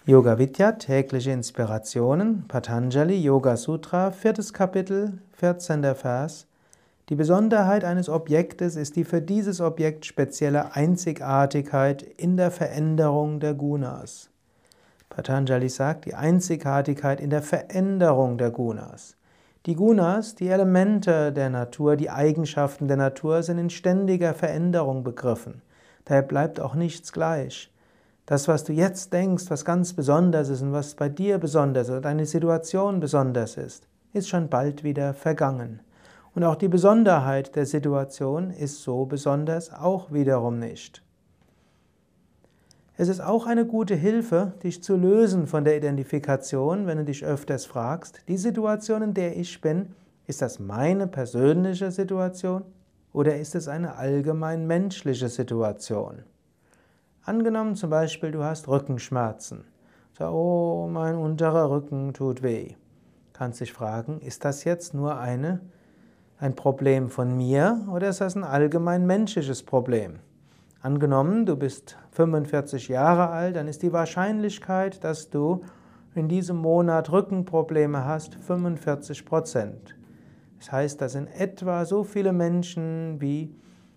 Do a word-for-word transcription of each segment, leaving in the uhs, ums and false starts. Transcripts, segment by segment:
Yoga Vidya, tägliche Inspirationen, Patanjali Yoga Sutra, viertes Kapitel, vierzehnter Vers. Die Besonderheit eines Objektes ist die für dieses Objekt spezielle Einzigartigkeit in der Veränderung der Gunas. Patanjali sagt, die Einzigartigkeit in der Veränderung der Gunas. Die Gunas, die Elemente der Natur, die Eigenschaften der Natur sind in ständiger Veränderung begriffen. Daher bleibt auch nichts gleich. Das, was du jetzt denkst, was ganz besonders ist und was bei dir besonders ist oder deine Situation besonders ist, ist schon bald wieder vergangen. Und auch die Besonderheit der Situation ist so besonders auch wiederum nicht. Es ist auch eine gute Hilfe, dich zu lösen von der Identifikation, wenn du dich öfters fragst, die Situation, in der ich bin, ist das meine persönliche Situation oder ist es eine allgemein menschliche Situation? Angenommen zum Beispiel, du hast Rückenschmerzen. So, oh, mein unterer Rücken tut weh. Kannst dich fragen, ist das jetzt nur eine, ein Problem von mir oder ist das ein allgemein menschliches Problem? Angenommen, du bist fünfundvierzig Jahre alt, dann ist die Wahrscheinlichkeit, dass du in diesem Monat Rückenprobleme hast, fünfundvierzig Prozent. Das heißt, dass in etwa so viele Menschen wie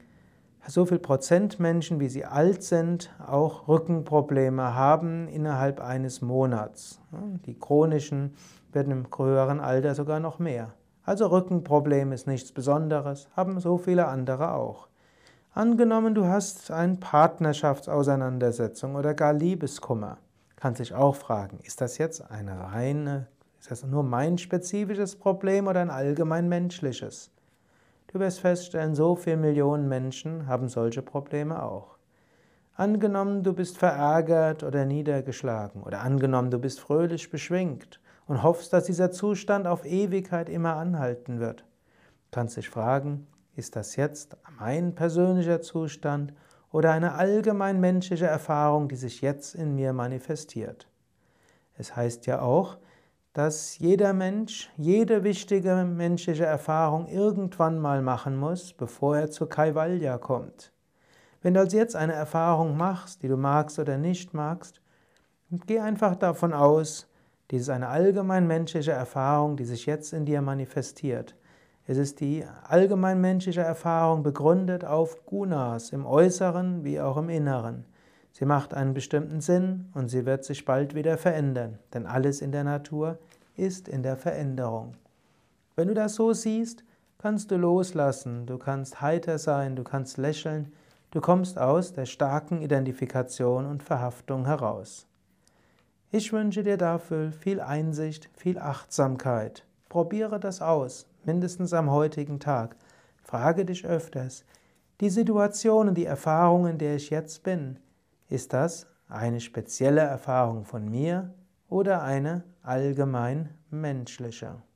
so viel Prozent Menschen, wie sie alt sind, auch Rückenprobleme haben innerhalb eines Monats. Die chronischen werden im höheren Alter sogar noch mehr. Also Rückenproblem ist nichts Besonderes, haben so viele andere auch. Angenommen, du hast eine Partnerschaftsauseinandersetzung oder gar Liebeskummer. Kannst dich auch fragen, ist das jetzt eine reine, ist das nur mein spezifisches Problem oder ein allgemein menschliches? Du wirst feststellen, so viele Millionen Menschen haben solche Probleme auch. Angenommen, du bist verärgert oder niedergeschlagen oder angenommen, du bist fröhlich beschwingt und hoffst, dass dieser Zustand auf Ewigkeit immer anhalten wird. Du kannst dich fragen, ist das jetzt mein persönlicher Zustand oder eine allgemein menschliche Erfahrung, die sich jetzt in mir manifestiert? Es heißt ja auch, dass jeder Mensch jede wichtige menschliche Erfahrung irgendwann mal machen muss, bevor er zu Kaivalya kommt. Wenn du also jetzt eine Erfahrung machst, die du magst oder nicht magst, geh einfach davon aus, dies ist eine allgemein menschliche Erfahrung, die sich jetzt in dir manifestiert. Es ist die allgemein menschliche Erfahrung begründet auf Gunas im Äußeren wie auch im Inneren. Sie macht einen bestimmten Sinn und sie wird sich bald wieder verändern, denn alles in der Natur ist in der Veränderung. Wenn du das so siehst, kannst du loslassen, du kannst heiter sein, du kannst lächeln, du kommst aus der starken Identifikation und Verhaftung heraus. Ich wünsche dir dafür viel Einsicht, viel Achtsamkeit. Probiere das aus, mindestens am heutigen Tag. Frage dich öfters, die Situation und die Erfahrung, in der ich jetzt bin, ist das eine spezielle Erfahrung von mir oder eine allgemein menschliche?